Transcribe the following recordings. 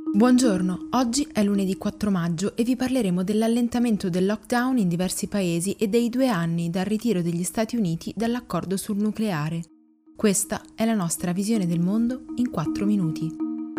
Buongiorno, oggi è lunedì 4 maggio e vi parleremo dell'allentamento del lockdown in diversi paesi e dei 2 anni dal ritiro degli Stati Uniti dall'accordo sul nucleare. Questa è la nostra visione del mondo in 4 minuti.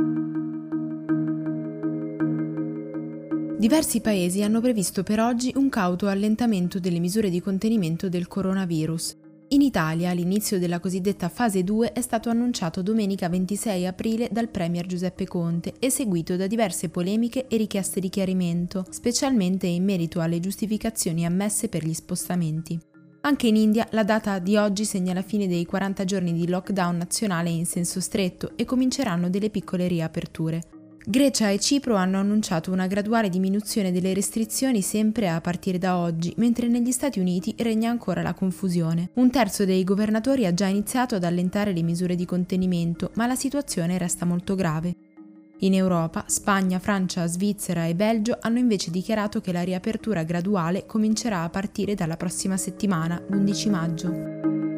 Diversi paesi hanno previsto per oggi un cauto allentamento delle misure di contenimento del coronavirus. In Italia l'inizio della cosiddetta fase 2 è stato annunciato domenica 26 aprile dal premier Giuseppe Conte e seguito da diverse polemiche e richieste di chiarimento, specialmente in merito alle giustificazioni ammesse per gli spostamenti. Anche in India la data di oggi segna la fine dei 40 giorni di lockdown nazionale in senso stretto e cominceranno delle piccole riaperture. Grecia e Cipro hanno annunciato una graduale diminuzione delle restrizioni sempre a partire da oggi, mentre negli Stati Uniti regna ancora la confusione. Un terzo dei governatori ha già iniziato ad allentare le misure di contenimento, ma la situazione resta molto grave. In Europa, Spagna, Francia, Svizzera e Belgio hanno invece dichiarato che la riapertura graduale comincerà a partire dalla prossima settimana, l'11 maggio.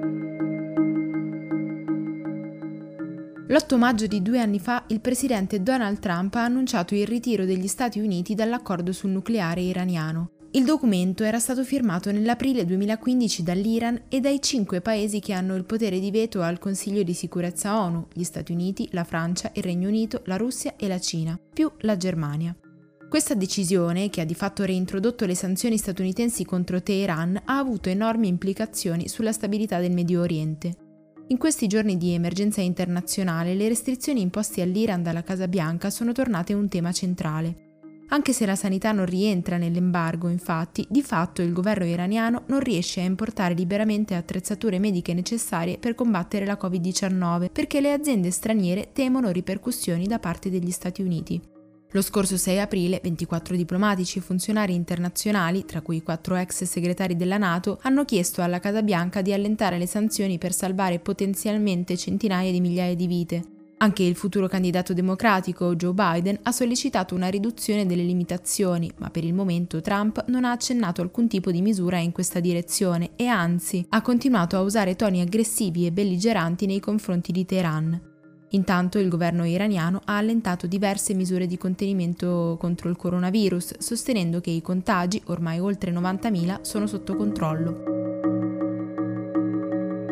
L'8 maggio di 2 anni fa il presidente Donald Trump ha annunciato il ritiro degli Stati Uniti dall'accordo sul nucleare iraniano. Il documento era stato firmato nell'aprile 2015 dall'Iran e dai 5 paesi che hanno il potere di veto al Consiglio di sicurezza ONU, gli Stati Uniti, la Francia, il Regno Unito, la Russia e la Cina, più la Germania. Questa decisione, che ha di fatto reintrodotto le sanzioni statunitensi contro Teheran, ha avuto enormi implicazioni sulla stabilità del Medio Oriente. In questi giorni di emergenza internazionale, le restrizioni imposte all'Iran dalla Casa Bianca sono tornate un tema centrale. Anche se la sanità non rientra nell'embargo, infatti, di fatto il governo iraniano non riesce a importare liberamente attrezzature mediche necessarie per combattere la Covid-19, perché le aziende straniere temono ripercussioni da parte degli Stati Uniti. Lo scorso 6 aprile, 24 diplomatici e funzionari internazionali, tra cui 4 ex segretari della NATO, hanno chiesto alla Casa Bianca di allentare le sanzioni per salvare potenzialmente centinaia di migliaia di vite. Anche il futuro candidato democratico, Joe Biden, ha sollecitato una riduzione delle limitazioni, ma per il momento Trump non ha accennato alcun tipo di misura in questa direzione e anzi ha continuato a usare toni aggressivi e belligeranti nei confronti di Teheran. Intanto il governo iraniano ha allentato diverse misure di contenimento contro il coronavirus, sostenendo che i contagi, ormai oltre 90.000, sono sotto controllo.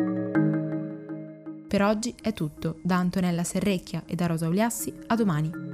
Per oggi è tutto. Da Antonella Serrecchia e da Rosa Uliassi, a domani.